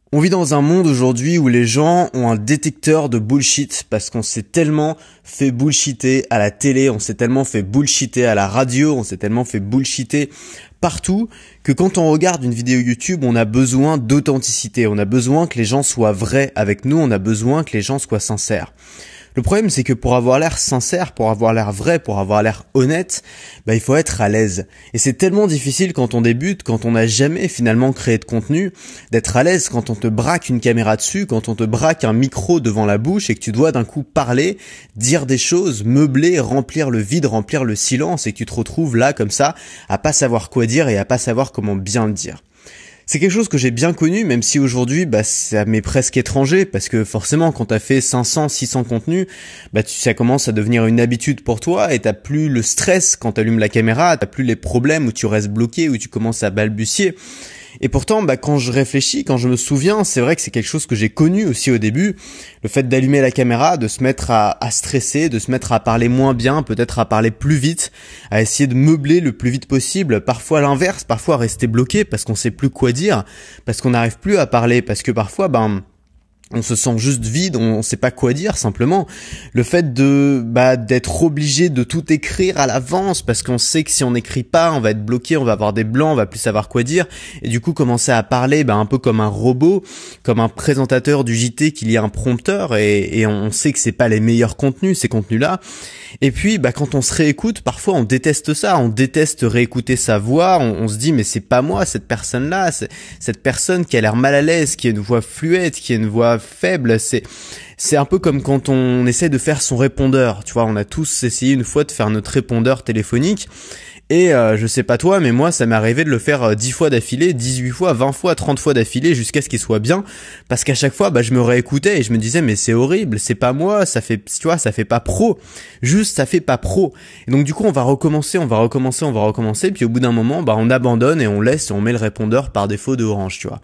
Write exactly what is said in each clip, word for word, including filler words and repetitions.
On vit dans un monde aujourd'hui où les gens ont un détecteur de bullshit parce qu'on s'est tellement fait bullshiter à la télé, on s'est tellement fait bullshiter à la radio, on s'est tellement fait bullshiter partout que quand on regarde une vidéo YouTube, on a besoin d'authenticité, on a besoin que les gens soient vrais avec nous, on a besoin que les gens soient sincères. Le problème, c'est que pour avoir l'air sincère, pour avoir l'air vrai, pour avoir l'air honnête, bah, il faut être à l'aise. Et c'est tellement difficile quand on débute, quand on n'a jamais finalement créé de contenu, d'être à l'aise quand on te braque une caméra dessus, quand on te braque un micro devant la bouche et que tu dois d'un coup parler, dire des choses, meubler, remplir le vide, remplir le silence et que tu te retrouves là comme ça à pas savoir quoi dire et à pas savoir comment bien le dire. C'est quelque chose que j'ai bien connu, même si aujourd'hui, bah, ça m'est presque étranger, parce que forcément, quand t'as fait cinq cents, six cents contenus, bah, tu, ça commence à devenir une habitude pour toi, et t'as plus le stress quand t'allumes la caméra, t'as plus les problèmes où tu restes bloqué, où tu commences à balbutier. Et pourtant, bah, quand je réfléchis, quand je me souviens, c'est vrai que c'est quelque chose que j'ai connu aussi au début. Le fait d'allumer la caméra, de se mettre à, à stresser, de se mettre à parler moins bien, peut-être à parler plus vite, à essayer de meubler le plus vite possible. Parfois à l'inverse, parfois à rester bloqué parce qu'on sait plus quoi dire, parce qu'on n'arrive plus à parler, parce que parfois, ben, on se sent juste vide, on sait pas quoi dire simplement. Le fait de bah d'être obligé de tout écrire à l'avance parce qu'on sait que si on n'écrit pas, on va être bloqué, on va avoir des blancs, on va plus savoir quoi dire et du coup commencer à parler bah un peu comme un robot, comme un présentateur du J T qui lit un prompteur et, et on sait que c'est pas les meilleurs contenus ces contenus-là. Et puis bah quand on se réécoute, parfois on déteste ça, on déteste réécouter sa voix, on, on se dit mais c'est pas moi cette personne-là, c'est, cette personne qui a l'air mal à l'aise, qui a une voix fluette, qui a une voix faible, c'est c'est un peu comme quand on essaie de faire son répondeur, tu vois, on a tous essayé une fois de faire notre répondeur téléphonique et euh, je sais pas toi, mais moi ça m'est arrivé de le faire dix fois d'affilée, dix-huit fois, vingt fois, trente fois d'affilée jusqu'à ce qu'il soit bien parce qu'à chaque fois bah je me réécoutais et je me disais mais c'est horrible, c'est pas moi, ça fait tu vois, ça fait pas pro. Juste ça fait pas pro. Et donc du coup, on va recommencer, on va recommencer, on va recommencer puis au bout d'un moment, bah on abandonne et on laisse et on met le répondeur par défaut de Orange, tu vois.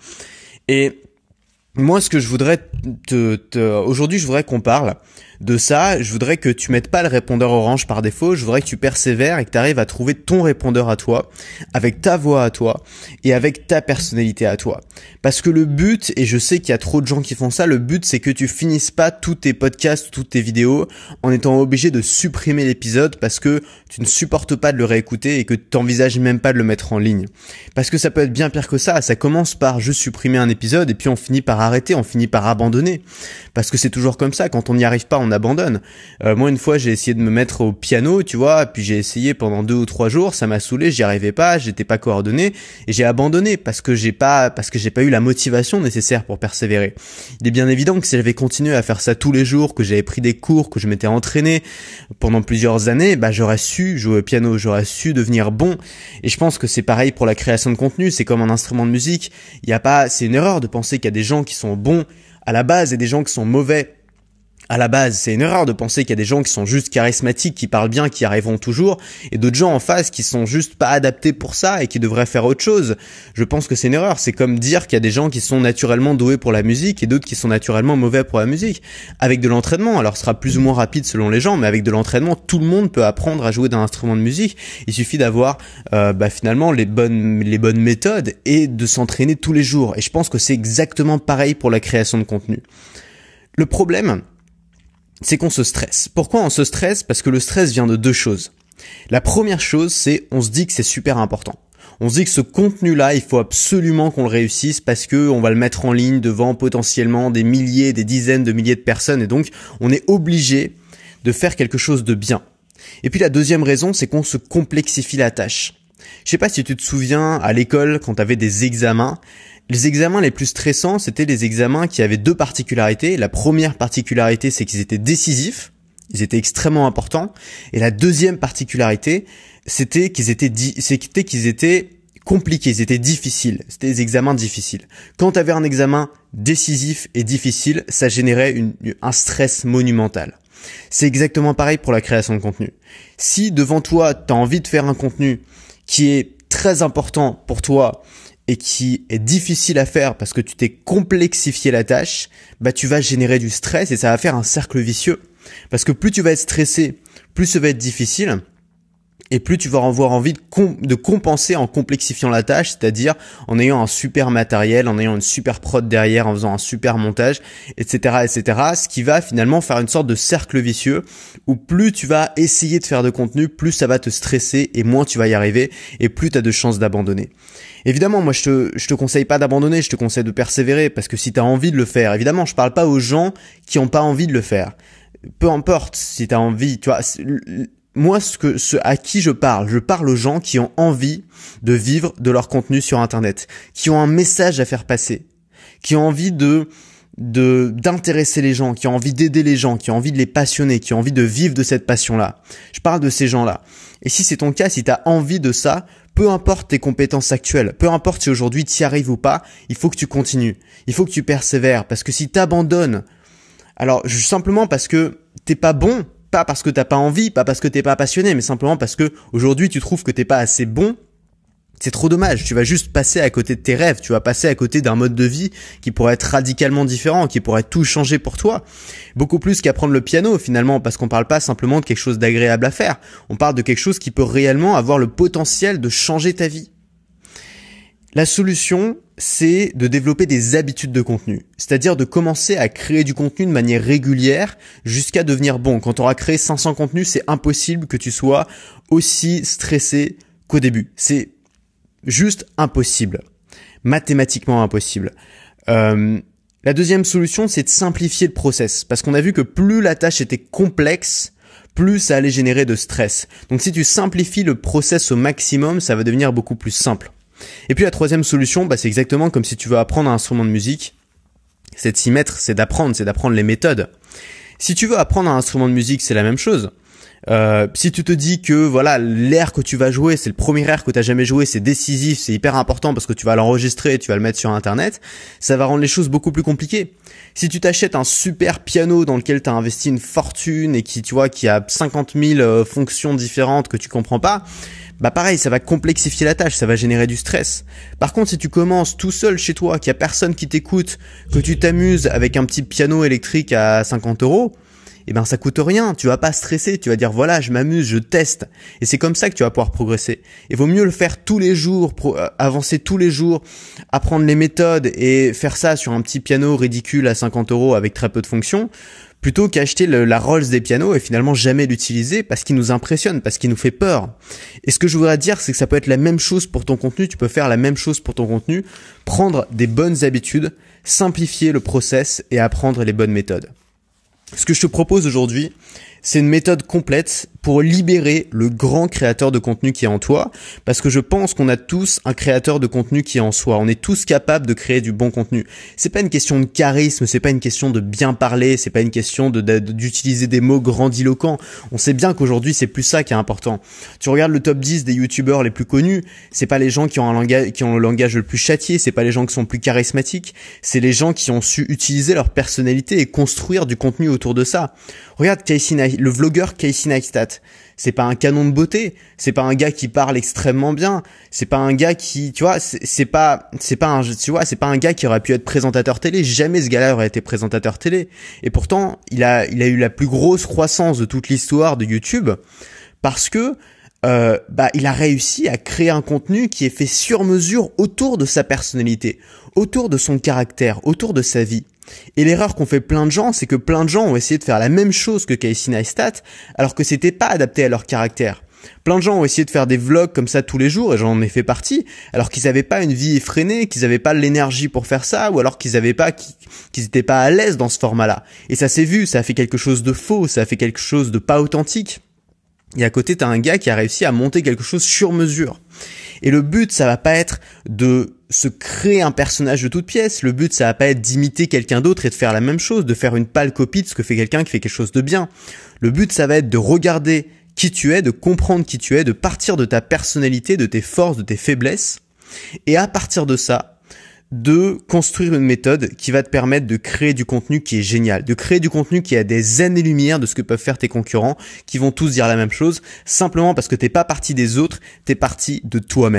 Et moi, ce que je voudrais te, te aujourd'hui, je voudrais qu'on parle de ça. Je voudrais que tu mettes pas le répondeur Orange par défaut. Je voudrais que tu persévères et que tu arrives à trouver ton répondeur à toi, avec ta voix à toi et avec ta personnalité à toi. Parce que le but, et je sais qu'il y a trop de gens qui font ça, le but c'est que tu finisses pas tous tes podcasts, toutes tes vidéos en étant obligé de supprimer l'épisode parce que tu ne supportes pas de le réécouter et que tu n'envisages même pas de le mettre en ligne. Parce que ça peut être bien pire que ça. Ça commence par juste supprimer un épisode et puis on finit par arrêter, on finit par abandonner. Parce que c'est toujours comme ça, quand on n'y arrive pas, on abandonne. Euh, moi, une fois, j'ai essayé de me mettre au piano, tu vois, puis j'ai essayé pendant deux ou trois jours, ça m'a saoulé, j'y arrivais pas, j'étais pas coordonné, et j'ai abandonné parce que j'ai pas, parce que j'ai pas eu la motivation nécessaire pour persévérer. Il est bien évident que si j'avais continué à faire ça tous les jours, que j'avais pris des cours, que je m'étais entraîné pendant plusieurs années, bah j'aurais su jouer au piano, j'aurais su devenir bon. Et je pense que c'est pareil pour la création de contenu, c'est comme un instrument de musique. Il y a pas, c'est une erreur de penser qu'il y a des gens qui sont bons à la base et des gens qui sont mauvais à la base. C'est une erreur de penser qu'il y a des gens qui sont juste charismatiques, qui parlent bien, qui y arriveront toujours, et d'autres gens en face qui sont juste pas adaptés pour ça et qui devraient faire autre chose. Je pense que c'est une erreur. C'est comme dire qu'il y a des gens qui sont naturellement doués pour la musique et d'autres qui sont naturellement mauvais pour la musique. Avec de l'entraînement, alors ce sera plus ou moins rapide selon les gens, mais avec de l'entraînement, tout le monde peut apprendre à jouer d'un instrument de musique. Il suffit d'avoir euh, bah, finalement les bonnes les bonnes méthodes et de s'entraîner tous les jours. Et je pense que c'est exactement pareil pour la création de contenu. Le problème, c'est qu'on se stresse. Pourquoi on se stresse? Parce que le stress vient de deux choses. La première chose, c'est on se dit que c'est super important. On se dit que ce contenu-là, il faut absolument qu'on le réussisse parce que on va le mettre en ligne devant potentiellement des milliers, des dizaines de milliers de personnes et donc on est obligé de faire quelque chose de bien. Et puis la deuxième raison, c'est qu'on se complexifie la tâche. Je sais pas si tu te souviens à l'école quand tu avais des examens. Les examens les plus stressants, c'était les examens qui avaient deux particularités. La première particularité, c'est qu'ils étaient décisifs, ils étaient extrêmement importants. Et la deuxième particularité, c'était qu'ils étaient, di- c'était qu'ils étaient compliqués, ils étaient difficiles. C'était des examens difficiles. Quand tu avais un examen décisif et difficile, ça générait une, un stress monumental. C'est exactement pareil pour la création de contenu. Si devant toi, tu as envie de faire un contenu qui est très important pour toi, et qui est difficile à faire parce que tu t'es complexifié la tâche, bah tu vas générer du stress et ça va faire un cercle vicieux. Parce que plus tu vas être stressé, plus ça va être difficile. Et plus tu vas avoir envie de, com- de compenser en complexifiant la tâche, c'est-à-dire en ayant un super matériel, en ayant une super prod derrière, en faisant un super montage, et cetera, et cetera. Ce qui va finalement faire une sorte de cercle vicieux où plus tu vas essayer de faire de contenu, plus ça va te stresser et moins tu vas y arriver et plus tu as de chances d'abandonner. Évidemment, moi je te, je te conseille pas d'abandonner, je te conseille de persévérer parce que si tu as envie de le faire, évidemment, je parle pas aux gens qui ont pas envie de le faire. Peu importe si tu as envie, tu vois. Moi, ce que, ce à qui je parle, je parle aux gens qui ont envie de vivre de leur contenu sur Internet, qui ont un message à faire passer, qui ont envie de, de, d'intéresser les gens, qui ont envie d'aider les gens, qui ont envie de les passionner, qui ont envie de vivre de cette passion-là. Je parle de ces gens-là. Et si c'est ton cas, si tu as envie de ça, peu importe tes compétences actuelles, peu importe si aujourd'hui tu y arrives ou pas, il faut que tu continues. Il faut que tu persévères parce que si tu abandonnes, alors simplement parce que t'es pas bon, pas parce que t'as pas envie, pas parce que t'es pas passionné, mais simplement parce que aujourd'hui tu trouves que t'es pas assez bon, c'est trop dommage. Tu vas juste passer à côté de tes rêves, tu vas passer à côté d'un mode de vie qui pourrait être radicalement différent, qui pourrait tout changer pour toi. Beaucoup plus qu'apprendre le piano finalement, parce qu'on parle pas simplement de quelque chose d'agréable à faire, on parle de quelque chose qui peut réellement avoir le potentiel de changer ta vie. La solution, c'est de développer des habitudes de contenu, c'est-à-dire de commencer à créer du contenu de manière régulière jusqu'à devenir bon. Quand tu auras créé cinq cents contenus, c'est impossible que tu sois aussi stressé qu'au début. C'est juste impossible, mathématiquement impossible. Euh, la deuxième solution, c'est de simplifier le process, parce qu'on a vu que plus la tâche était complexe, plus ça allait générer de stress. Donc si tu simplifies le process au maximum, ça va devenir beaucoup plus simple. Et puis la troisième solution, bah, c'est exactement comme si tu veux apprendre un instrument de musique, c'est de s'y mettre, c'est d'apprendre, c'est d'apprendre les méthodes. Si tu veux apprendre un instrument de musique, c'est la même chose. Euh, si tu te dis que voilà l'air que tu vas jouer, c'est le premier air que tu as jamais joué, c'est décisif, c'est hyper important parce que tu vas l'enregistrer, tu vas le mettre sur internet, ça va rendre les choses beaucoup plus compliquées. Si tu t'achètes un super piano dans lequel tu as investi une fortune et qui tu vois qui a cinquante mille euh, fonctions différentes que tu comprends pas, bah pareil, ça va complexifier la tâche, ça va générer du stress. Par contre, si tu commences tout seul chez toi, qu'il y a personne qui t'écoute, que tu t'amuses avec un petit piano électrique à cinquante euros, eh ben ça coûte rien, tu vas pas stresser, tu vas dire voilà, je m'amuse, je teste. Et c'est comme ça que tu vas pouvoir progresser. Il vaut mieux le faire tous les jours, pro- avancer tous les jours, apprendre les méthodes et faire ça sur un petit piano ridicule à cinquante euros avec très peu de fonctions, plutôt qu'acheter le, la Rolls des pianos et finalement jamais l'utiliser parce qu'il nous impressionne, parce qu'il nous fait peur. Et ce que je voudrais dire, c'est que ça peut être la même chose pour ton contenu, tu peux faire la même chose pour ton contenu, prendre des bonnes habitudes, simplifier le process et apprendre les bonnes méthodes. Ce que je te propose aujourd'hui, c'est une méthode complète pour libérer le grand créateur de contenu qui est en toi, parce que je pense qu'on a tous un créateur de contenu qui est en soi. On est tous capables de créer du bon contenu. C'est pas une question de charisme, c'est pas une question de bien parler, c'est pas une question de, de, d'utiliser des mots grandiloquents. On sait bien qu'aujourd'hui, c'est plus ça qui est important. Tu regardes le top dix des youtubeurs les plus connus, c'est pas les gens qui ont un langage, qui ont le langage le plus châtié, c'est pas les gens qui sont plus charismatiques, c'est les gens qui ont su utiliser leur personnalité et construire du contenu autour de ça. Regarde Casey Neistat, le vlogueur Casey Neistat. C'est pas un canon de beauté, c'est pas un gars qui parle extrêmement bien, c'est pas un gars qui, tu vois, c'est, c'est pas, c'est pas un, tu vois, c'est pas un gars qui aurait pu être présentateur télé. Jamais ce gars-là aurait été présentateur télé. Et pourtant, il a, il a eu la plus grosse croissance de toute l'histoire de YouTube parce que, euh, bah, il a réussi à créer un contenu qui est fait sur mesure autour de sa personnalité, autour de son caractère, autour de sa vie. Et l'erreur qu'ont fait plein de gens, c'est que plein de gens ont essayé de faire la même chose que Casey Neistat, alors que c'était pas adapté à leur caractère. Plein de gens ont essayé de faire des vlogs comme ça tous les jours, et j'en ai fait partie, alors qu'ils avaient pas une vie effrénée, qu'ils avaient pas l'énergie pour faire ça, ou alors qu'ils avaient pas, qu'ils étaient pas à l'aise dans ce format-là. Et ça s'est vu, ça a fait quelque chose de faux, ça a fait quelque chose de pas authentique. Et à côté, t'as un gars qui a réussi à monter quelque chose sur mesure. Et le but, ça va pas être de se créer un personnage de toute pièce. Le but, ça va pas être d'imiter quelqu'un d'autre et de faire la même chose, de faire une pâle copie de ce que fait quelqu'un qui fait quelque chose de bien. Le but, ça va être de regarder qui tu es, de comprendre qui tu es, de partir de ta personnalité, de tes forces, de tes faiblesses. Et à partir de ça, de construire une méthode qui va te permettre de créer du contenu qui est génial, de créer du contenu qui a des années-lumière de ce que peuvent faire tes concurrents, qui vont tous dire la même chose, simplement parce que t'es pas parti des autres, t'es parti de toi-même.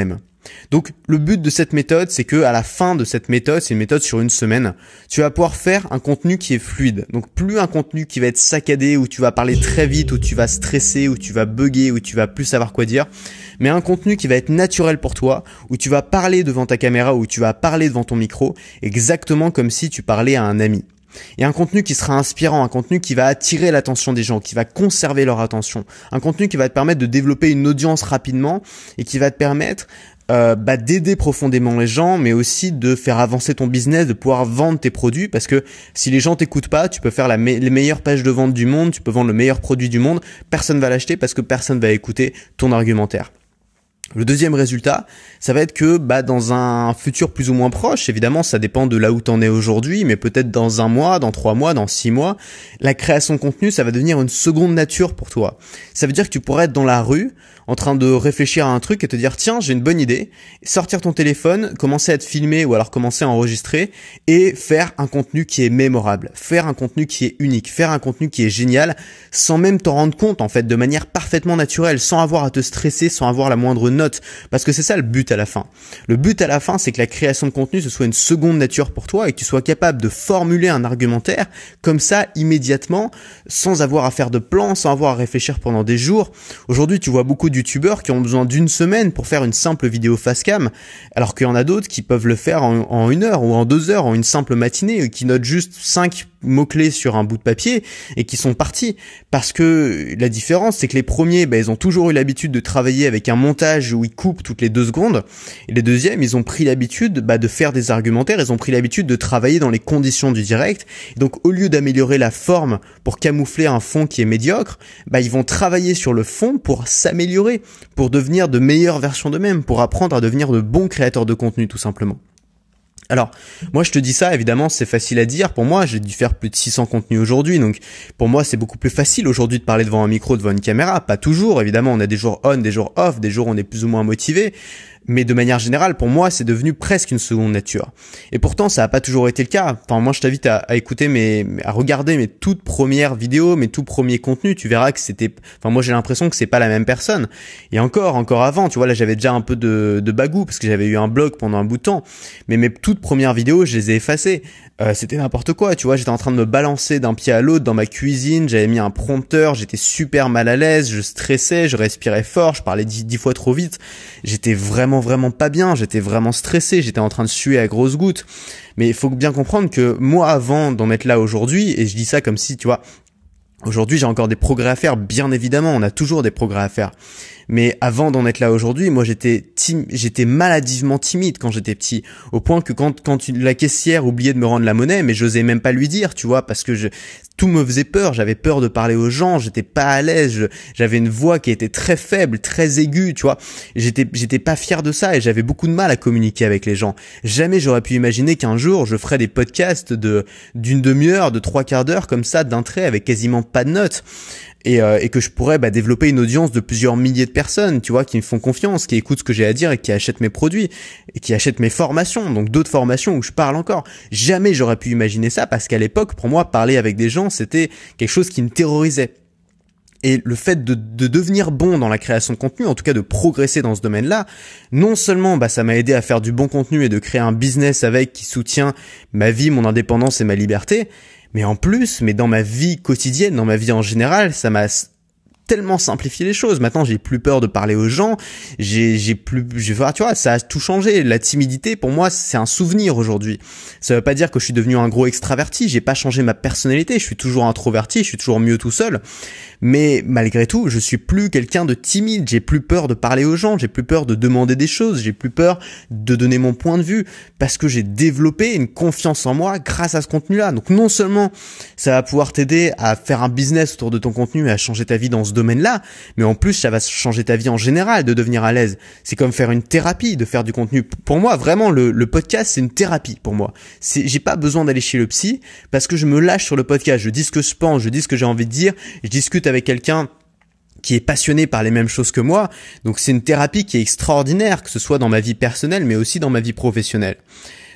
Donc le but de cette méthode, c'est que à la fin de cette méthode, c'est une méthode sur une semaine, tu vas pouvoir faire un contenu qui est fluide. Donc plus un contenu qui va être saccadé, où tu vas parler très vite, où tu vas stresser, où tu vas bugger, où tu vas plus savoir quoi dire, mais un contenu qui va être naturel pour toi, où tu vas parler devant ta caméra, où tu vas parler devant ton micro, exactement comme si tu parlais à un ami. Et un contenu qui sera inspirant, un contenu qui va attirer l'attention des gens, qui va conserver leur attention, un contenu qui va te permettre de développer une audience rapidement et qui va te permettre euh, bah, d'aider profondément les gens, mais aussi de faire avancer ton business, de pouvoir vendre tes produits, parce que si les gens t'écoutent pas, tu peux faire la me- les meilleures pages de vente du monde, tu peux vendre le meilleur produit du monde, personne va l'acheter parce que personne va écouter ton argumentaire. Le deuxième résultat, ça va être que bah dans un futur plus ou moins proche, évidemment ça dépend de là où t'en es aujourd'hui, mais peut-être dans un mois, dans trois mois, dans six mois, la création de contenu, ça va devenir une seconde nature pour toi. Ça veut dire que tu pourrais être dans la rue, en train de réfléchir à un truc et te dire tiens j'ai une bonne idée, sortir ton téléphone, commencer à te filmer ou alors commencer à enregistrer et faire un contenu qui est mémorable, faire un contenu qui est unique, faire un contenu qui est génial sans même t'en rendre compte en fait, de manière parfaitement naturelle, sans avoir à te stresser, sans avoir la moindre note, parce que c'est ça le but à la fin. Le but à la fin, c'est que la création de contenu ce soit une seconde nature pour toi et que tu sois capable de formuler un argumentaire comme ça immédiatement, sans avoir à faire de plan, sans avoir à réfléchir pendant des jours. Aujourd'hui tu vois beaucoup de youtubeurs qui ont besoin d'une semaine pour faire une simple vidéo face cam, alors qu'il y en a d'autres qui peuvent le faire en, en une heure ou en deux heures, en une simple matinée, qui notent juste cinq mots-clés sur un bout de papier et qui sont partis. Parce que la différence, c'est que les premiers, bah, ils ont toujours eu l'habitude de travailler avec un montage où ils coupent toutes les deux secondes, et les deuxièmes, ils ont pris l'habitude bah, de faire des argumentaires, ils ont pris l'habitude de travailler dans les conditions du direct. Et donc au lieu d'améliorer la forme pour camoufler un fond qui est médiocre, bah, ils vont travailler sur le fond pour s'améliorer, pour devenir de meilleures versions d'eux-mêmes, pour apprendre à devenir de bons créateurs de contenu tout simplement. Alors, moi je te dis ça, évidemment c'est facile à dire, pour moi j'ai dû faire plus de six cents contenus aujourd'hui, donc pour moi c'est beaucoup plus facile aujourd'hui de parler devant un micro, devant une caméra, pas toujours, évidemment on a des jours on, des jours off, des jours où on est plus ou moins motivé, mais de manière générale pour moi c'est devenu presque une seconde nature. Et pourtant ça n'a pas toujours été le cas, enfin moi je t'invite à, à écouter mes, à regarder mes toutes premières vidéos, mes tout premiers contenus, tu verras que c'était, enfin moi j'ai l'impression que c'est pas la même personne. Et encore, encore avant, tu vois là j'avais déjà un peu de, de bagou parce que j'avais eu un blog pendant un bout de temps, mais mes toutes premières vidéos je les ai effacées. Euh, c'était n'importe quoi, tu vois, j'étais en train de me balancer d'un pied à l'autre dans ma cuisine, j'avais mis un prompteur, j'étais super mal à l'aise, je stressais, je respirais fort, je parlais dix, dix fois trop vite, j'étais vraiment vraiment pas bien, j'étais vraiment stressé, j'étais en train de suer à grosses gouttes. Mais il faut bien comprendre que moi avant d'en être là aujourd'hui, et je dis ça comme si, tu vois, aujourd'hui j'ai encore des progrès à faire, bien évidemment, on a toujours des progrès à faire. Mais avant d'en être là aujourd'hui, moi j'étais tim- j'étais maladivement timide quand j'étais petit, au point que quand quand la caissière oubliait de me rendre la monnaie, mais j'osais même pas lui dire, tu vois, parce que je tout me faisait peur, j'avais peur de parler aux gens, j'étais pas à l'aise, je, j'avais une voix qui était très faible, très aiguë, tu vois. J'étais j'étais pas fier de ça et j'avais beaucoup de mal à communiquer avec les gens. Jamais j'aurais pu imaginer qu'un jour je ferais des podcasts de d'une demi-heure, de trois quarts d'heure comme ça d'un trait avec quasiment pas de notes. Et, euh, et que je pourrais bah, développer une audience de plusieurs milliers de personnes, tu vois, qui me font confiance, qui écoutent ce que j'ai à dire et qui achètent mes produits et qui achètent mes formations, donc d'autres formations où je parle encore. Jamais j'aurais pu imaginer ça parce qu'à l'époque, pour moi, parler avec des gens, c'était quelque chose qui me terrorisait. Et le fait de, de devenir bon dans la création de contenu, en tout cas de progresser dans ce domaine-là, non seulement bah, ça m'a aidé à faire du bon contenu et de créer un business avec qui soutient ma vie, mon indépendance et ma liberté, mais en plus, mais dans ma vie quotidienne, dans ma vie en général, ça m'a tellement simplifié les choses. Maintenant, j'ai plus peur de parler aux gens. J'ai, j'ai plus, je, tu vois, ça a tout changé. La timidité, pour moi, c'est un souvenir aujourd'hui. Ça veut pas dire que je suis devenu un gros extraverti. J'ai pas changé ma personnalité. Je suis toujours introverti. Je suis toujours mieux tout seul. Mais malgré tout, je suis plus quelqu'un de timide. J'ai plus peur de parler aux gens. J'ai plus peur de demander des choses. J'ai plus peur de donner mon point de vue parce que j'ai développé une confiance en moi grâce à ce contenu-là. Donc non seulement ça va pouvoir t'aider à faire un business autour de ton contenu et à changer ta vie dans ce domaine-là, mais en plus ça va changer ta vie en général de devenir à l'aise. C'est comme faire une thérapie, de faire du contenu. Pour moi, vraiment, le, le podcast, c'est une thérapie pour moi. C'est, j'ai pas besoin d'aller chez le psy parce que je me lâche sur le podcast. Je dis ce que je pense, je dis ce que j'ai envie de dire, je discute avec quelqu'un qui est passionné par les mêmes choses que moi. Donc c'est une thérapie qui est extraordinaire, que ce soit dans ma vie personnelle, mais aussi dans ma vie professionnelle.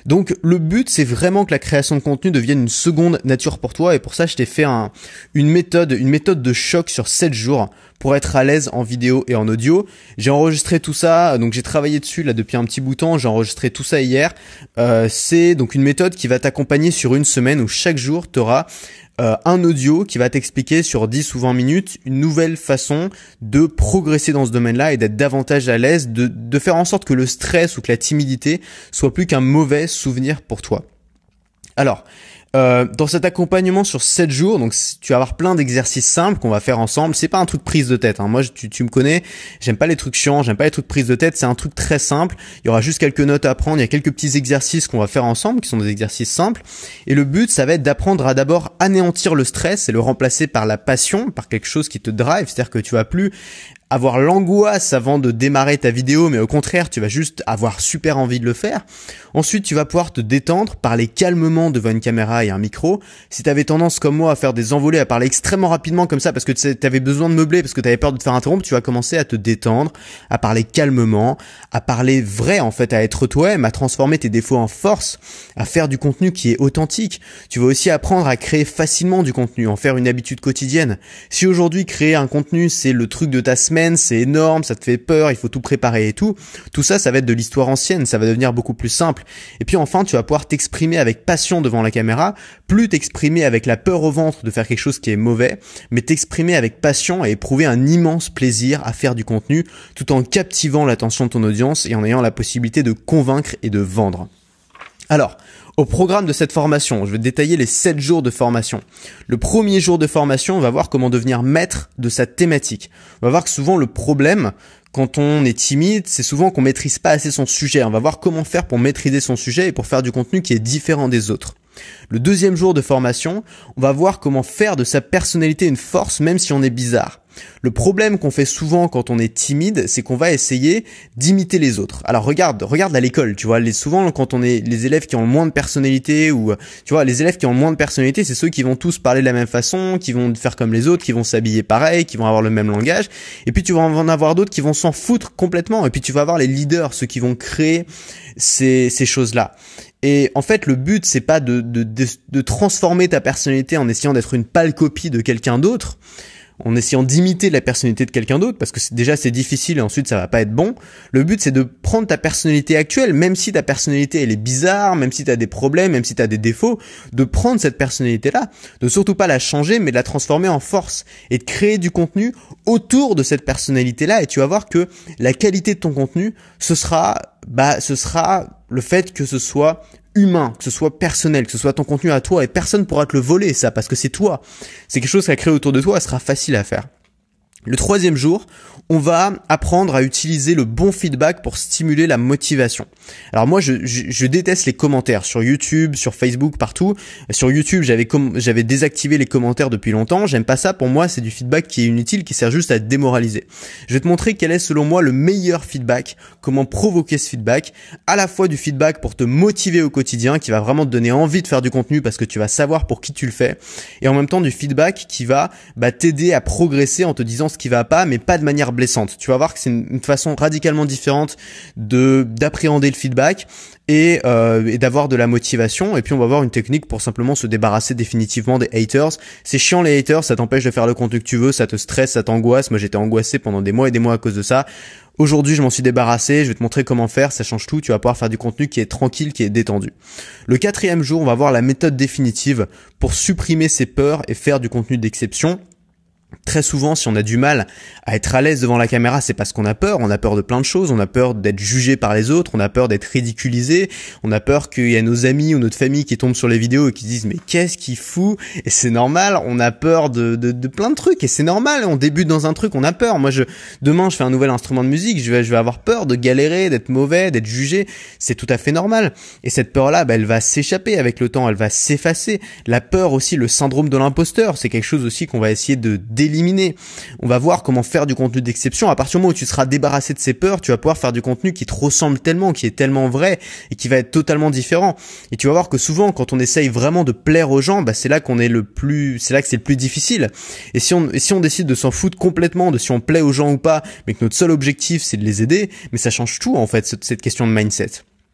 Donc le but, c'est vraiment que la création de contenu devienne une seconde nature pour toi, et pour ça je t'ai fait un, une méthode, une méthode de choc sur sept jours pour être à l'aise en vidéo et en audio. J'ai enregistré tout ça, donc j'ai travaillé dessus là depuis un petit bout de temps, j'ai enregistré tout ça hier. Euh, c'est donc une méthode qui va t'accompagner sur une semaine où chaque jour tu auras Euh, un audio qui va t'expliquer sur dix ou vingt minutes une nouvelle façon de progresser dans ce domaine-là et d'être davantage à l'aise, de, de faire en sorte que le stress ou que la timidité soit plus qu'un mauvais souvenir pour toi. Alors, Euh, dans cet accompagnement sur sept jours, donc tu vas avoir plein d'exercices simples qu'on va faire ensemble. C'est pas un truc prise de tête, hein. Moi, tu, tu me connais, j'aime pas les trucs chiants, j'aime pas les trucs prise de tête. C'est un truc très simple. Il y aura juste quelques notes à apprendre, il y a quelques petits exercices qu'on va faire ensemble, qui sont des exercices simples. Et le but, ça va être d'apprendre à d'abord anéantir le stress et le remplacer par la passion, par quelque chose qui te drive. C'est-à-dire que tu vas plus avoir l'angoisse avant de démarrer ta vidéo, mais au contraire, tu vas juste avoir super envie de le faire. Ensuite, tu vas pouvoir te détendre, parler calmement devant une caméra et un micro. Si tu avais tendance comme moi à faire des envolées, à parler extrêmement rapidement comme ça parce que tu avais besoin de meubler, parce que tu avais peur de te faire interrompre, tu vas commencer à te détendre, à parler calmement, à parler vrai en fait, à être toi-même, à transformer tes défauts en force, à faire du contenu qui est authentique. Tu vas aussi apprendre à créer facilement du contenu, en faire une habitude quotidienne. Si aujourd'hui créer un contenu c'est le truc de ta semaine, c'est énorme, ça te fait peur, il faut tout préparer et tout. Tout ça, ça va être de l'histoire ancienne, ça va devenir beaucoup plus simple. Et puis enfin, tu vas pouvoir t'exprimer avec passion devant la caméra, plus t'exprimer avec la peur au ventre de faire quelque chose qui est mauvais, mais t'exprimer avec passion et éprouver un immense plaisir à faire du contenu, tout en captivant l'attention de ton audience et en ayant la possibilité de convaincre et de vendre. Alors, au programme de cette formation, je vais détailler les sept jours de formation. Le premier jour de formation, on va voir comment devenir maître de sa thématique. On va voir que souvent le problème, quand on est timide, c'est souvent qu'on maîtrise pas assez son sujet. On va voir comment faire pour maîtriser son sujet et pour faire du contenu qui est différent des autres. Le deuxième jour de formation, on va voir comment faire de sa personnalité une force même si on est bizarre. Le problème qu'on fait souvent quand on est timide, c'est qu'on va essayer d'imiter les autres. Alors regarde, regarde à l'école, tu vois, les, souvent quand on est les élèves qui ont le moins de personnalité ou tu vois, les élèves qui ont le moins de personnalité, c'est ceux qui vont tous parler de la même façon, qui vont faire comme les autres, qui vont s'habiller pareil, qui vont avoir le même langage. Et puis tu vas en avoir d'autres qui vont s'en foutre complètement. Et puis tu vas avoir les leaders, ceux qui vont créer ces ces choses-là. Et en fait, le but, c'est pas de, de, de, de transformer ta personnalité en essayant d'être une pâle copie de quelqu'un d'autre, en essayant d'imiter la personnalité de quelqu'un d'autre, parce que c'est, déjà c'est difficile et ensuite ça va pas être bon. Le but, c'est de prendre ta personnalité actuelle, même si ta personnalité elle est bizarre, même si tu as des problèmes, même si tu as des défauts, de prendre cette personnalité-là, de surtout pas la changer, mais de la transformer en force et de créer du contenu autour de cette personnalité-là. Et tu vas voir que la qualité de ton contenu, ce sera, bah, ce sera le fait que ce soit humain, que ce soit personnel, que ce soit ton contenu à toi, et personne pourra te le voler ça, parce que c'est toi. C'est quelque chose qui a créé autour de toi, ça sera facile à faire. Le troisième jour, on va apprendre à utiliser le bon feedback pour stimuler la motivation. Alors moi, je, je, je déteste les commentaires sur YouTube, sur Facebook, partout. Sur YouTube, j'avais com- j'avais désactivé les commentaires depuis longtemps. J'aime pas ça. Pour moi, c'est du feedback qui est inutile, qui sert juste à te démoraliser. Je vais te montrer quel est selon moi le meilleur feedback, comment provoquer ce feedback, à la fois du feedback pour te motiver au quotidien, qui va vraiment te donner envie de faire du contenu parce que tu vas savoir pour qui tu le fais, et en même temps du feedback qui va bah, t'aider à progresser en te disant ce qui va pas, mais pas de manière blessante. Tu vas voir que c'est une, une façon radicalement différente de d'appréhender le feedback et, euh, et d'avoir de la motivation. Et puis on va voir une technique pour simplement se débarrasser définitivement des haters. C'est chiant les haters, ça t'empêche de faire le contenu que tu veux, ça te stresse, ça t'angoisse. Moi j'étais angoissé pendant des mois et des mois à cause de ça. Aujourd'hui, je m'en suis débarrassé, je vais te montrer comment faire, ça change tout, tu vas pouvoir faire du contenu qui est tranquille, qui est détendu. Le quatrième jour, on va voir la méthode définitive pour supprimer ses peurs et faire du contenu d'exception. Très souvent, si on a du mal à être à l'aise devant la caméra, c'est parce qu'on a peur. On a peur de plein de choses. On a peur d'être jugé par les autres. On a peur d'être ridiculisé. On a peur qu'il y ait nos amis ou notre famille qui tombent sur les vidéos et qui disent « mais qu'est-ce qu'il fout ?» Et c'est normal. On a peur de, de, de plein de trucs et c'est normal. On débute dans un truc, on a peur. Moi, je demain, je fais un nouvel instrument de musique. Je vais, je vais avoir peur de galérer, d'être mauvais, d'être jugé. C'est tout à fait normal. Et cette peur-là, bah, elle va s'échapper avec le temps. Elle va s'effacer. La peur aussi, le syndrome de l'imposteur, c'est quelque chose aussi qu'on va essayer de d'éliminer. On va voir comment faire du contenu d'exception. À partir du moment où tu seras débarrassé de ces peurs, tu vas pouvoir faire du contenu qui te ressemble tellement, qui est tellement vrai et qui va être totalement différent. Et tu vas voir que souvent, quand on essaye vraiment de plaire aux gens, bah c'est là qu'on est le plus, c'est là que c'est le plus difficile. Et si on, et si on décide de s'en foutre complètement de si on plaît aux gens ou pas, mais que notre seul objectif c'est de les aider, mais ça change tout en fait cette question de mindset.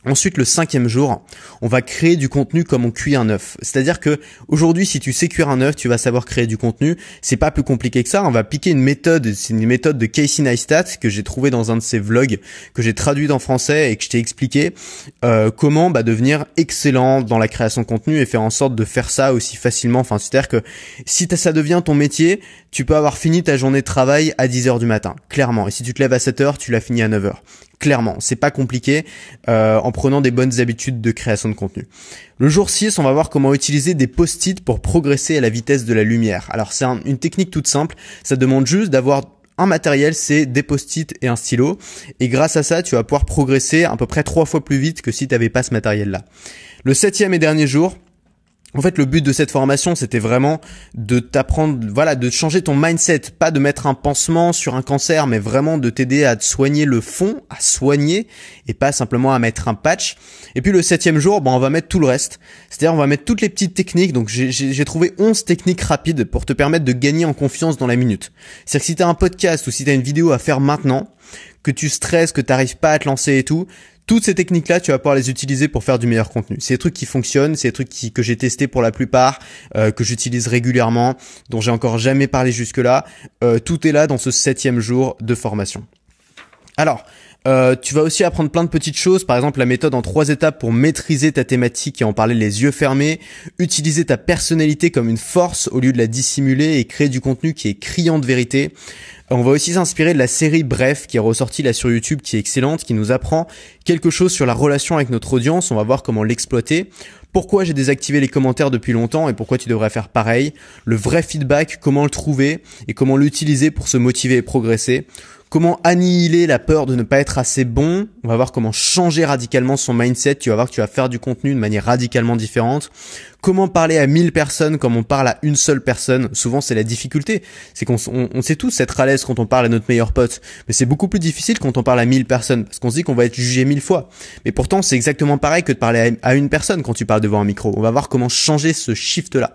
Ensuite, le cinquième jour, on va créer du contenu comme on cuit un œuf. C'est-à-dire que aujourd'hui, si tu sais cuire un œuf, tu vas savoir créer du contenu. C'est pas plus compliqué que ça. On va piquer une méthode, c'est une méthode de Casey Neistat que j'ai trouvé dans un de ses vlogs, que j'ai traduit en français et que je t'ai expliqué euh, comment bah, devenir excellent dans la création de contenu et faire en sorte de faire ça aussi facilement. Enfin, c'est-à-dire que si ça devient ton métier, tu peux avoir fini ta journée de travail à dix heures du matin, clairement. Et si tu te lèves à sept heures, tu l'as fini à neuf heures. Clairement, c'est pas compliqué euh, en prenant des bonnes habitudes de création de contenu. Le jour six, on va voir comment utiliser des post-it pour progresser à la vitesse de la lumière. Alors c'est un, une technique toute simple, ça demande juste d'avoir un matériel, c'est des post-it et un stylo. Et grâce à ça, tu vas pouvoir progresser à peu près trois fois plus vite que si tu n'avais pas ce matériel-là. Le septième et dernier jour, en fait, le but de cette formation, c'était vraiment de t'apprendre, voilà, de changer ton mindset, pas de mettre un pansement sur un cancer, mais vraiment de t'aider à te soigner le fond, à soigner, et pas simplement à mettre un patch. Et puis le septième jour, bon, on va mettre tout le reste. C'est-à-dire, on va mettre toutes les petites techniques. Donc, j'ai, j'ai, j'ai trouvé onze techniques rapides pour te permettre de gagner en confiance dans la minute. C'est-à-dire que si t'as un podcast ou si t'as une vidéo à faire maintenant, que tu stresses, que t'arrives pas à te lancer et tout, toutes ces techniques-là, tu vas pouvoir les utiliser pour faire du meilleur contenu. C'est des trucs qui fonctionnent, c'est des trucs qui, que j'ai testés pour la plupart, euh, que j'utilise régulièrement, dont j'ai encore jamais parlé jusque-là. Euh, tout est là dans ce septième jour de formation. Alors, Euh, tu vas aussi apprendre plein de petites choses, par exemple la méthode en trois étapes pour maîtriser ta thématique et en parler les yeux fermés, utiliser ta personnalité comme une force au lieu de la dissimuler et créer du contenu qui est criant de vérité. On va aussi s'inspirer de la série Bref qui est ressortie là sur YouTube, qui est excellente, qui nous apprend quelque chose sur la relation avec notre audience. On va voir comment l'exploiter. Pourquoi j'ai désactivé les commentaires depuis longtemps et pourquoi tu devrais faire pareil. Le vrai feedback, comment le trouver et comment l'utiliser pour se motiver et progresser. Comment annihiler la peur de ne pas être assez bon. On va voir comment changer radicalement son mindset. Tu vas voir que tu vas faire du contenu de manière radicalement différente. Comment parler à mille personnes comme on parle à une seule personne. Souvent, c'est la difficulté. C'est qu'on on, on sait tous être à l'aise quand on parle à notre meilleur pote. Mais c'est beaucoup plus difficile quand on parle à mille personnes. Parce qu'on se dit qu'on va être jugé mille fois. Mais pourtant, c'est exactement pareil que de parler à une personne quand tu parles devant un micro. On va voir comment changer ce shift-là.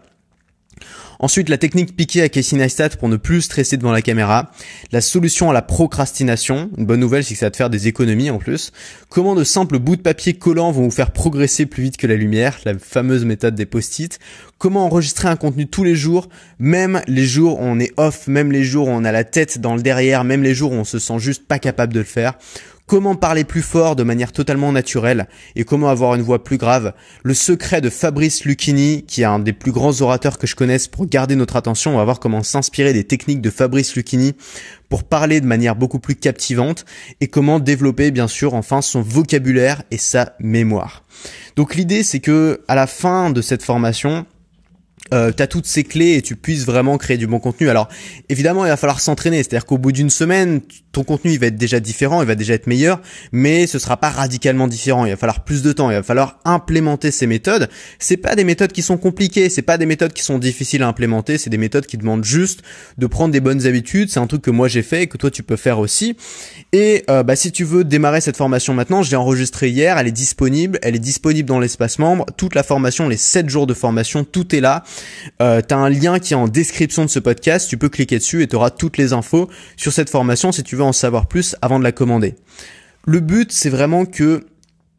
Ensuite, la technique piquée à Casey Neistat pour ne plus stresser devant la caméra. La solution à la procrastination. Une bonne nouvelle, c'est que ça va te faire des économies en plus. Comment de simples bouts de papier collants vont vous faire progresser plus vite que la lumière. La fameuse méthode des post-it. Comment enregistrer un contenu tous les jours, même les jours où on est off, même les jours où on a la tête dans le derrière, même les jours où on se sent juste pas capable de le faire. Comment parler plus fort de manière totalement naturelle et comment avoir une voix plus grave. Le secret de Fabrice Lucchini, qui est un des plus grands orateurs que je connaisse pour garder notre attention. On va voir comment s'inspirer des techniques de Fabrice Lucchini pour parler de manière beaucoup plus captivante et comment développer bien sûr enfin son vocabulaire et sa mémoire. Donc l'idée c'est que à la fin de cette formation, Euh, t'as toutes ces clés et tu puisses vraiment créer du bon contenu. Alors évidemment il va falloir s'entraîner, c'est-à-dire qu'au bout d'une semaine ton contenu il va être déjà différent, il va déjà être meilleur, mais ce sera pas radicalement différent. Il va falloir plus de temps, il va falloir implémenter ces méthodes. C'est pas des méthodes qui sont compliquées, c'est pas des méthodes qui sont difficiles à implémenter, c'est des méthodes qui demandent juste de prendre des bonnes habitudes. C'est un truc que moi j'ai fait et que toi tu peux faire aussi. Et euh, bah si tu veux démarrer cette formation maintenant, je l'ai enregistrée hier, elle est disponible, elle est disponible dans l'espace membre. Toute la formation, les sept jours de formation, tout est là. Euh, t'as un lien qui est en description de ce podcast, tu peux cliquer dessus et tu auras toutes les infos sur cette formation si tu veux en savoir plus avant de la commander. Le but, c'est vraiment que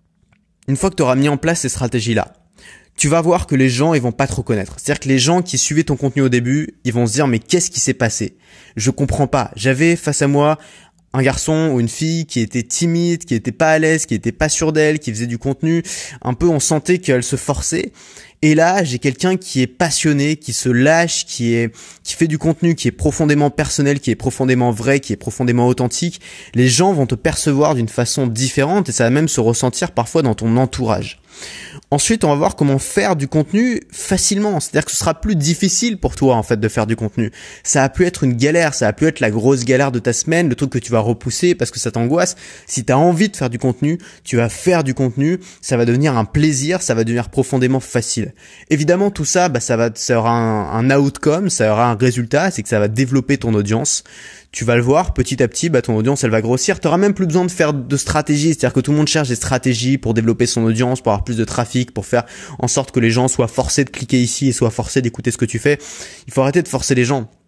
une fois que tu auras mis en place ces stratégies-là, tu vas voir que les gens, ils vont pas te reconnaître. C'est-à-dire que les gens qui suivaient ton contenu au début, ils vont se dire mais qu'est-ce qui s'est passé ? Je comprends pas. J'avais face à moi un garçon ou une fille qui était timide, qui était pas à l'aise, qui était pas sûre d'elle, qui faisait du contenu. Un peu, on sentait qu'elle se forçait. Et là, j'ai quelqu'un qui est passionné, qui se lâche, qui est, qui fait du contenu, qui est profondément personnel, qui est profondément vrai, qui est profondément authentique. Les gens vont te percevoir d'une façon différente et ça va même se ressentir parfois dans ton entourage. Ensuite, on va voir comment faire du contenu facilement. C'est-à-dire que ce sera plus difficile pour toi, en fait, de faire du contenu. Ça a pu être une galère, ça a pu être la grosse galère de ta semaine, le truc que tu vas repousser parce que ça t'angoisse. Si tu as envie de faire du contenu, tu vas faire du contenu, ça va devenir un plaisir, ça va devenir profondément facile. Évidemment, tout ça, bah, ça va, ça aura un, un outcome, ça aura un résultat, c'est que ça va développer ton audience. Tu vas le voir, petit à petit, bah, ton audience, elle va grossir. Tu n'auras même plus besoin de faire de stratégie. C'est-à-dire que tout le monde cherche des stratégies pour développer son audience, pour avoir plus de trafic, pour faire en sorte que les gens soient forcés de cliquer ici et soient forcés d'écouter ce que tu fais. Il faut arrêter de forcer les gens.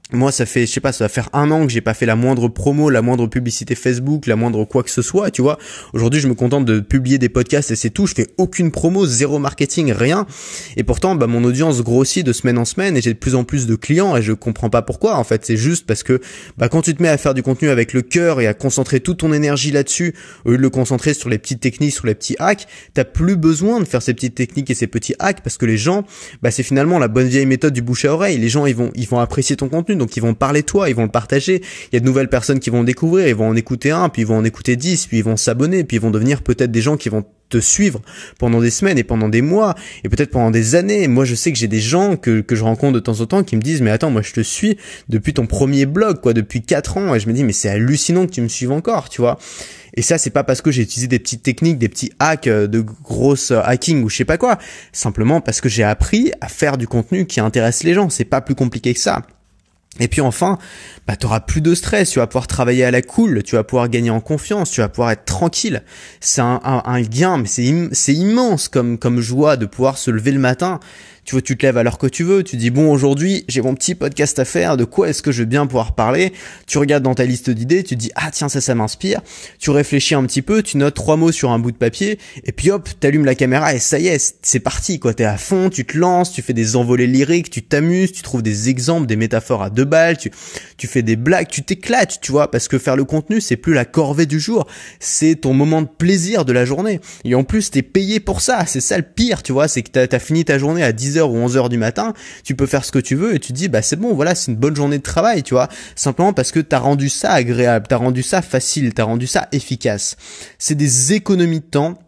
Moi, ça fait, je sais pas, ça va faire un an que j'ai pas fait la moindre promo, la moindre publicité Facebook, la moindre quoi que ce soit, tu vois. Aujourd'hui, je me contente de publier des podcasts et c'est tout. Je fais aucune promo, zéro marketing, rien. Et pourtant, bah, mon audience grossit de semaine en semaine et j'ai de plus en plus de clients et je comprends pas pourquoi. En fait, c'est juste parce que, bah, quand tu te mets à faire du contenu avec le cœur et à concentrer toute ton énergie là-dessus, au lieu de le concentrer sur les petites techniques, sur les petits hacks, t'as plus besoin de faire ces petites techniques et ces petits hacks parce que les gens, bah, c'est finalement la bonne vieille méthode du bouche à oreille. Les gens, ils vont, ils vont apprécier ton contenu. Donc ils vont parler de toi, ils vont le partager. Il y a de nouvelles personnes qui vont le découvrir, ils vont en écouter un, puis ils vont en écouter dix, puis ils vont s'abonner, puis ils vont devenir peut-être des gens qui vont te suivre pendant des semaines et pendant des mois et peut-être pendant des années. Moi, je sais que j'ai des gens que que je rencontre de temps en temps qui me disent mais attends, moi je te suis depuis ton premier blog quoi, depuis quatre ans et je me dis mais c'est hallucinant que tu me suives encore, tu vois. Et ça, c'est pas parce que j'ai utilisé des petites techniques, des petits hacks de grosses hacking ou je sais pas quoi. Simplement parce que j'ai appris à faire du contenu qui intéresse les gens. C'est pas plus compliqué que ça. Et puis enfin, bah t'auras plus de stress, tu vas pouvoir travailler à la cool, tu vas pouvoir gagner en confiance, tu vas pouvoir être tranquille. C'est un, un, un gain, mais c'est im- c'est immense comme comme joie de pouvoir se lever le matin. Tu vois, tu te lèves à l'heure que tu veux, tu dis bon aujourd'hui j'ai mon petit podcast à faire, de quoi est-ce que je vais bien pouvoir parler? Tu regardes dans ta liste d'idées, tu te dis ah tiens ça ça m'inspire, tu réfléchis un petit peu, tu notes trois mots sur un bout de papier et puis hop t'allumes la caméra et ça y est c'est parti quoi, t'es à fond, tu te lances, tu fais des envolées lyriques, tu t'amuses, tu trouves des exemples, des métaphores à deux balles, tu tu fais des blagues, tu t'éclates tu vois parce que faire le contenu c'est plus la corvée du jour, c'est ton moment de plaisir de la journée et en plus t'es payé pour ça, c'est ça le pire tu vois, c'est que t'as, t'as fini ta journée à dix heures ou onze heures du matin, tu peux faire ce que tu veux et tu te dis bah c'est bon voilà c'est une bonne journée de travail tu vois, simplement parce que t'as rendu ça agréable, t'as rendu ça facile, t'as rendu ça efficace. C'est des économies de temps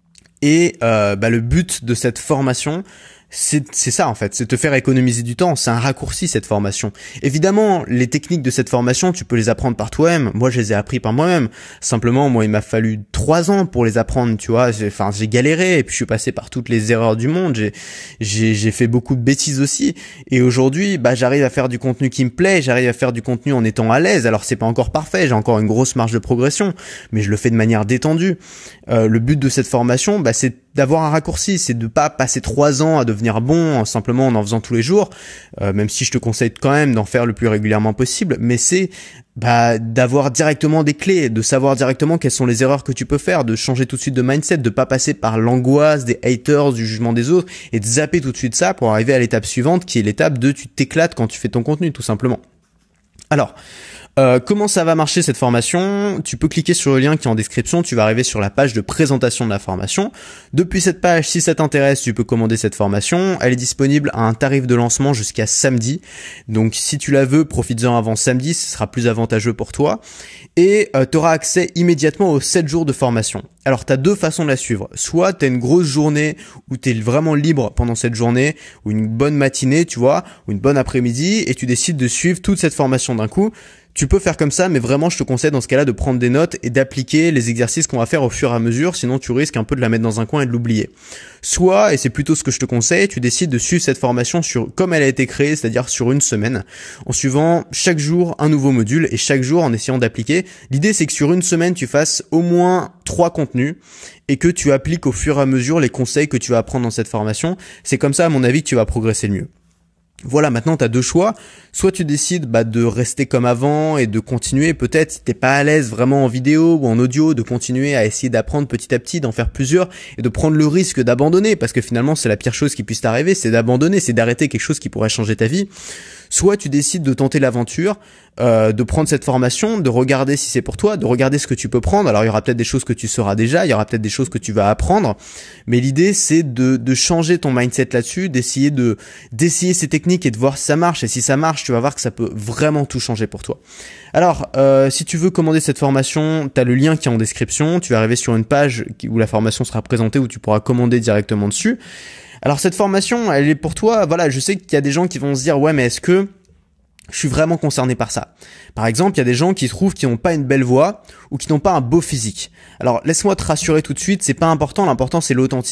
et euh, bah le but de cette formation c'est c'est ça en fait, c'est te faire économiser du temps, c'est un raccourci cette formation. Évidemment, les techniques de cette formation, tu peux les apprendre par toi-même. Moi, je les ai appris par moi-même. Simplement, moi, il m'a fallu trois ans pour les apprendre, tu vois. J'ai, enfin, j'ai galéré et puis je suis passé par toutes les erreurs du monde. J'ai j'ai j'ai fait beaucoup de bêtises aussi. Et aujourd'hui, bah j'arrive à faire du contenu qui me plaît, j'arrive à faire du contenu en étant à l'aise. Alors, c'est pas encore parfait, j'ai encore une grosse marge de progression, mais je le fais de manière détendue. Euh, le but de cette formation, bah c'est d'avoir un raccourci, c'est de pas passer trois ans à devenir bon simplement en en faisant tous les jours, euh, même si je te conseille quand même d'en faire le plus régulièrement possible, mais c'est bah d'avoir directement des clés, de savoir directement quelles sont les erreurs que tu peux faire, de changer tout de suite de mindset, de pas passer par l'angoisse des haters, du jugement des autres et de zapper tout de suite ça pour arriver à l'étape suivante qui est l'étape de tu t'éclates quand tu fais ton contenu tout simplement. Alors, Euh, comment ça va marcher cette formation? Tu peux cliquer sur le lien qui est en description, tu vas arriver sur la page de présentation de la formation. Depuis cette page, si ça t'intéresse, tu peux commander cette formation. Elle est disponible à un tarif de lancement jusqu'à samedi. Donc si tu la veux, profites-en avant samedi, ce sera plus avantageux pour toi. Et euh, tu auras accès immédiatement aux sept jours de formation. Alors tu as deux façons de la suivre. Soit tu as une grosse journée où tu es vraiment libre pendant cette journée, ou une bonne matinée, tu vois, ou une bonne après-midi, et tu décides de suivre toute cette formation d'un coup. Tu peux faire comme ça, mais vraiment, je te conseille dans ce cas-là de prendre des notes et d'appliquer les exercices qu'on va faire au fur et à mesure, sinon tu risques un peu de la mettre dans un coin et de l'oublier. Soit, et c'est plutôt ce que je te conseille, tu décides de suivre cette formation sur comme elle a été créée, c'est-à-dire sur une semaine, en suivant chaque jour un nouveau module et chaque jour en essayant d'appliquer. L'idée, c'est que sur une semaine, tu fasses au moins trois contenus et que tu appliques au fur et à mesure les conseils que tu vas apprendre dans cette formation. C'est comme ça, à mon avis, que tu vas progresser le mieux. Voilà, maintenant tu as deux choix. Soit tu décides bah, de rester comme avant et de continuer, peut-être si t'es pas à l'aise vraiment en vidéo ou en audio, de continuer à essayer d'apprendre petit à petit, d'en faire plusieurs et de prendre le risque d'abandonner, parce que finalement c'est la pire chose qui puisse t'arriver, c'est d'abandonner, c'est d'arrêter quelque chose qui pourrait changer ta vie. Soit tu décides de tenter l'aventure, euh, de prendre cette formation, de regarder si c'est pour toi, de regarder ce que tu peux prendre. Alors il y aura peut-être des choses que tu sauras déjà, il y aura peut-être des choses que tu vas apprendre, mais l'idée c'est de, de changer ton mindset là-dessus, d'essayer de d'essayer ces techniques et de voir si ça marche. Et si ça marche, tu vas voir que ça peut vraiment tout changer pour toi. Alors, euh, si tu veux commander cette formation, tu as le lien qui est en description. Tu vas arriver sur une page où la formation sera présentée, où tu pourras commander directement dessus. Alors cette formation, elle est pour toi, voilà, je sais qu'il y a des gens qui vont se dire « Ouais, mais est-ce que je suis vraiment concerné par ça ?» Par exemple, il y a des gens qui trouvent qu'ils n'ont pas une belle voix ou qui n'ont pas un beau physique. Alors laisse-moi te rassurer tout de suite, c'est pas important, l'important c'est l'authenticité.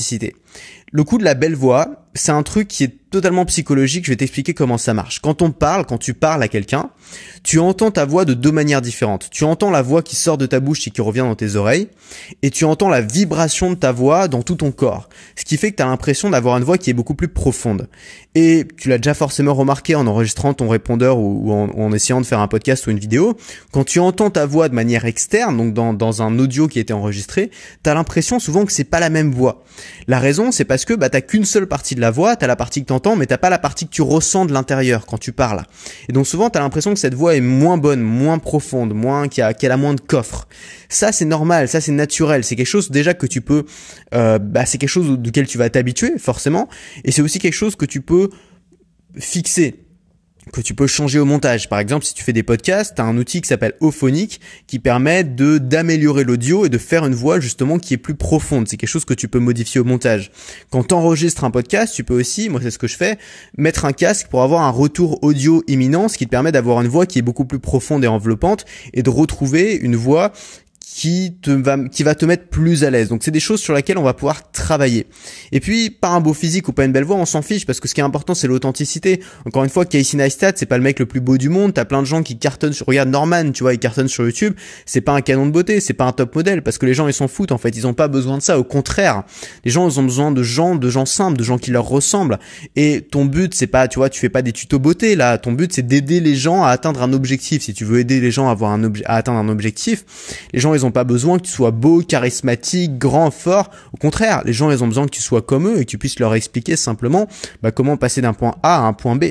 Le coup de la belle voix, c'est un truc qui est totalement psychologique, je vais t'expliquer comment ça marche. Quand on parle, quand tu parles à quelqu'un, tu entends ta voix de deux manières différentes. Tu entends la voix qui sort de ta bouche et qui revient dans tes oreilles, et tu entends la vibration de ta voix dans tout ton corps. Ce qui fait que tu as l'impression d'avoir une voix qui est beaucoup plus profonde. Et tu l'as déjà forcément remarqué en enregistrant ton répondeur ou, ou, en, ou en essayant de faire un podcast ou une vidéo. Quand tu entends ta voix de manière externe, donc dans, dans un audio qui a été enregistré, tu as l'impression souvent que c'est pas la même voix. La raison, c'est parce que bah, t'as qu'une seule partie de la voix, t'as la partie que t'entends, mais t'as pas la partie que tu ressens de l'intérieur quand tu parles. Et donc souvent, t'as l'impression que cette voix est moins bonne, moins profonde, moins qui a, qu'elle a moins de coffre. Ça, c'est normal, ça c'est naturel, c'est quelque chose déjà que tu peux, euh, bah c'est quelque chose duquel tu vas t'habituer forcément, et c'est aussi quelque chose que tu peux fixer, que tu peux changer au montage. Par exemple, si tu fais des podcasts, tu as un outil qui s'appelle Auphonic qui permet de d'améliorer l'audio et de faire une voix justement qui est plus profonde. C'est quelque chose que tu peux modifier au montage. Quand tu enregistres un podcast, tu peux aussi, moi c'est ce que je fais, mettre un casque pour avoir un retour audio imminent, ce qui te permet d'avoir une voix qui est beaucoup plus profonde et enveloppante et de retrouver une voix qui te va qui va te mettre plus à l'aise. Donc c'est des choses sur lesquelles on va pouvoir travailler. Et puis pas un beau physique ou pas une belle voix, on s'en fiche parce que ce qui est important c'est l'authenticité. Encore une fois, Casey Neistat, c'est pas le mec le plus beau du monde, t'as plein de gens qui cartonnent sur regarde Norman, tu vois, il cartonne sur YouTube, c'est pas un canon de beauté, c'est pas un top modèle parce que les gens ils s'en foutent en fait, ils ont pas besoin de ça, au contraire. Les gens ils ont besoin de gens de gens simples, de gens qui leur ressemblent et ton but c'est pas, tu vois, tu fais pas des tutos beauté là, ton but c'est d'aider les gens à atteindre un objectif. Si tu veux aider les gens à avoir un obje- à atteindre un objectif, les gens ils ont pas besoin que tu sois beau, charismatique, grand, fort. Au contraire, les gens, ils ont besoin que tu sois comme eux et que tu puisses leur expliquer simplement bah, comment passer d'un point A à un point B.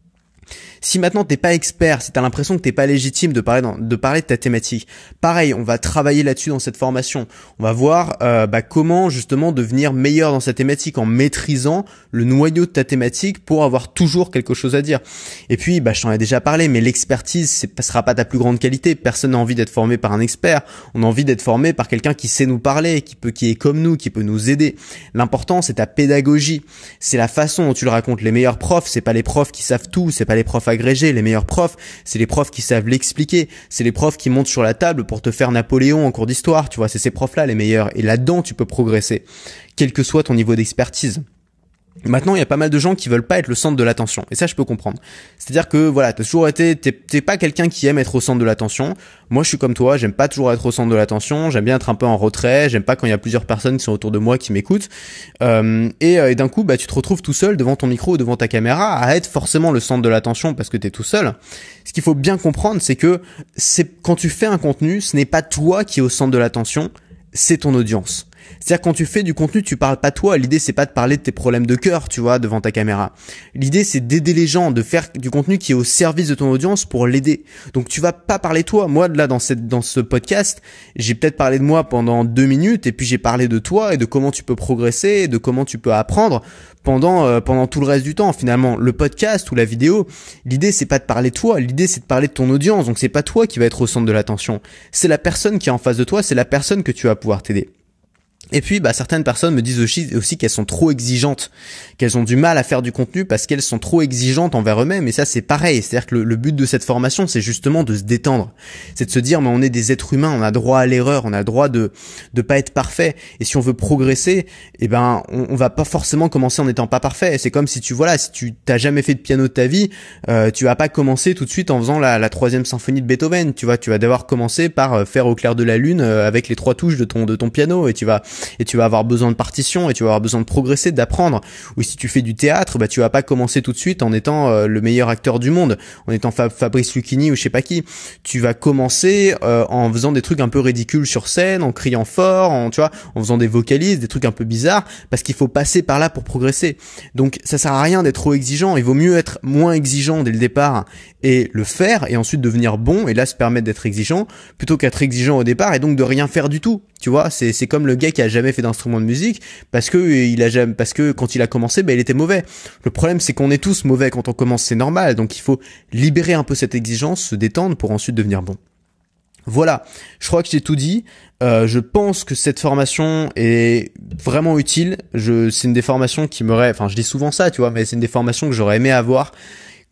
Si maintenant t'es pas expert, si t'as l'impression que t'es pas légitime de parler dans, de parler de ta thématique, pareil, on va travailler là-dessus dans cette formation. On va voir euh, bah, comment justement devenir meilleur dans cette thématique en maîtrisant le noyau de ta thématique pour avoir toujours quelque chose à dire. Et puis, bah, je t'en ai déjà parlé, mais l'expertise, c'est, ça sera pas ta plus grande qualité. Personne n'a envie d'être formé par un expert. On a envie d'être formé par quelqu'un qui sait nous parler, qui peut, qui est comme nous, qui peut nous aider. L'important, c'est ta pédagogie. C'est la façon dont tu le racontes. Les meilleurs profs, c'est pas les profs qui savent tout, c'est pas les profs agrégés, les meilleurs profs, c'est les profs qui savent l'expliquer, c'est les profs qui montent sur la table pour te faire Napoléon en cours d'histoire, tu vois, c'est ces profs-là les meilleurs, et là-dedans tu peux progresser, quel que soit ton niveau d'expertise. Maintenant, il y a pas mal de gens qui veulent pas être le centre de l'attention. Et ça, je peux comprendre. C'est-à-dire que, voilà, t'as toujours été, t'es, t'es pas quelqu'un qui aime être au centre de l'attention. Moi, je suis comme toi, j'aime pas toujours être au centre de l'attention. J'aime bien être un peu en retrait. J'aime pas quand il y a plusieurs personnes qui sont autour de moi qui m'écoutent. Euh, et, et d'un coup, bah, tu te retrouves tout seul devant ton micro ou devant ta caméra à être forcément le centre de l'attention parce que t'es tout seul. Ce qu'il faut bien comprendre, c'est que c'est, quand tu fais un contenu, ce n'est pas toi qui est au centre de l'attention, c'est ton audience. C'est-à-dire quand tu fais du contenu, tu parles pas toi. L'idée c'est pas de parler de tes problèmes de cœur, tu vois, devant ta caméra. L'idée c'est d'aider les gens, de faire du contenu qui est au service de ton audience pour l'aider. Donc tu vas pas parler toi. Moi là dans cette dans ce podcast, j'ai peut-être parlé de moi pendant deux minutes et puis j'ai parlé de toi et de comment tu peux progresser, et de comment tu peux apprendre pendant euh, pendant tout le reste du temps. Finalement, le podcast ou la vidéo, l'idée c'est pas de parler de toi, l'idée c'est de parler de ton audience. Donc c'est pas toi qui va être au centre de l'attention. C'est la personne qui est en face de toi, c'est la personne que tu vas pouvoir t'aider. Et puis, bah, certaines personnes me disent aussi, aussi qu'elles sont trop exigeantes, qu'elles ont du mal à faire du contenu parce qu'elles sont trop exigeantes envers eux-mêmes. Et ça, c'est pareil. C'est-à-dire que le, le but de cette formation, c'est justement de se détendre. C'est de se dire, mais on est des êtres humains, on a droit à l'erreur, on a droit de de pas être parfait. Et si on veut progresser, eh ben, on, on va pas forcément commencer en n'étant pas parfait. C'est comme si tu, voilà, si tu t'as jamais fait de piano de ta vie, euh, tu vas pas commencer tout de suite en faisant la, la troisième symphonie de Beethoven. Tu vois, tu vas devoir commencer par faire Au clair de la lune euh, avec les trois touches de ton de ton piano et tu vas et tu vas avoir besoin de partition et tu vas avoir besoin de progresser, d'apprendre. Ou si tu fais du théâtre, bah tu vas pas commencer tout de suite en étant euh, le meilleur acteur du monde, en étant Fa- Fabrice Lucchini ou je sais pas qui. Tu vas commencer euh, en faisant des trucs un peu ridicules sur scène, en criant fort, en tu vois, en faisant des vocalises, des trucs un peu bizarres, parce qu'il faut passer par là pour progresser. Donc ça sert à rien d'être trop exigeant. Il vaut mieux être moins exigeant dès le départ et le faire et ensuite devenir bon et là se permettre d'être exigeant plutôt qu'être exigeant au départ et donc de rien faire du tout. Tu vois, c'est c'est comme le gars qui a jamais fait d'instrument de musique parce que il a jamais parce que quand il a commencé, ben il était mauvais. Le problème c'est qu'on est tous mauvais quand on commence, c'est normal. Donc il faut libérer un peu cette exigence, se détendre pour ensuite devenir bon. Voilà, je crois que j'ai tout dit. Euh, je pense que cette formation est vraiment utile. Je c'est une des formations qui m'aurait, enfin je dis souvent ça, tu vois, mais c'est une des formations que j'aurais aimé avoir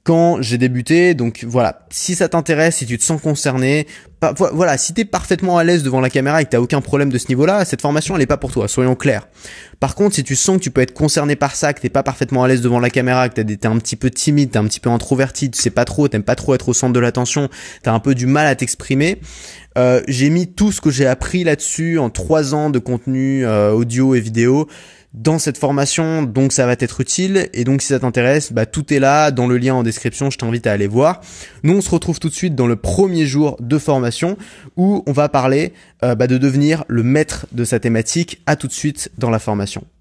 quand j'ai débuté. Donc voilà, si ça t'intéresse, si tu te sens concerné, pas, voilà, si t'es parfaitement à l'aise devant la caméra et que t'as aucun problème de ce niveau-là, cette formation elle est pas pour toi, soyons clairs. Par contre, si tu sens que tu peux être concerné par ça, que t'es pas parfaitement à l'aise devant la caméra, que t'es un petit peu timide, t'es un petit peu introverti, tu sais pas trop, t'aimes pas trop être au centre de l'attention, t'as un peu du mal à t'exprimer, euh, j'ai mis tout ce que j'ai appris là-dessus en trois ans de contenu euh, audio et vidéo dans cette formation, donc ça va t'être utile. Et donc si ça t'intéresse, bah tout est là dans le lien en description, je t'invite à aller voir. Nous on se retrouve tout de suite dans le premier jour de formation où on va parler euh, bah, de devenir le maître de sa thématique. À tout de suite dans la formation.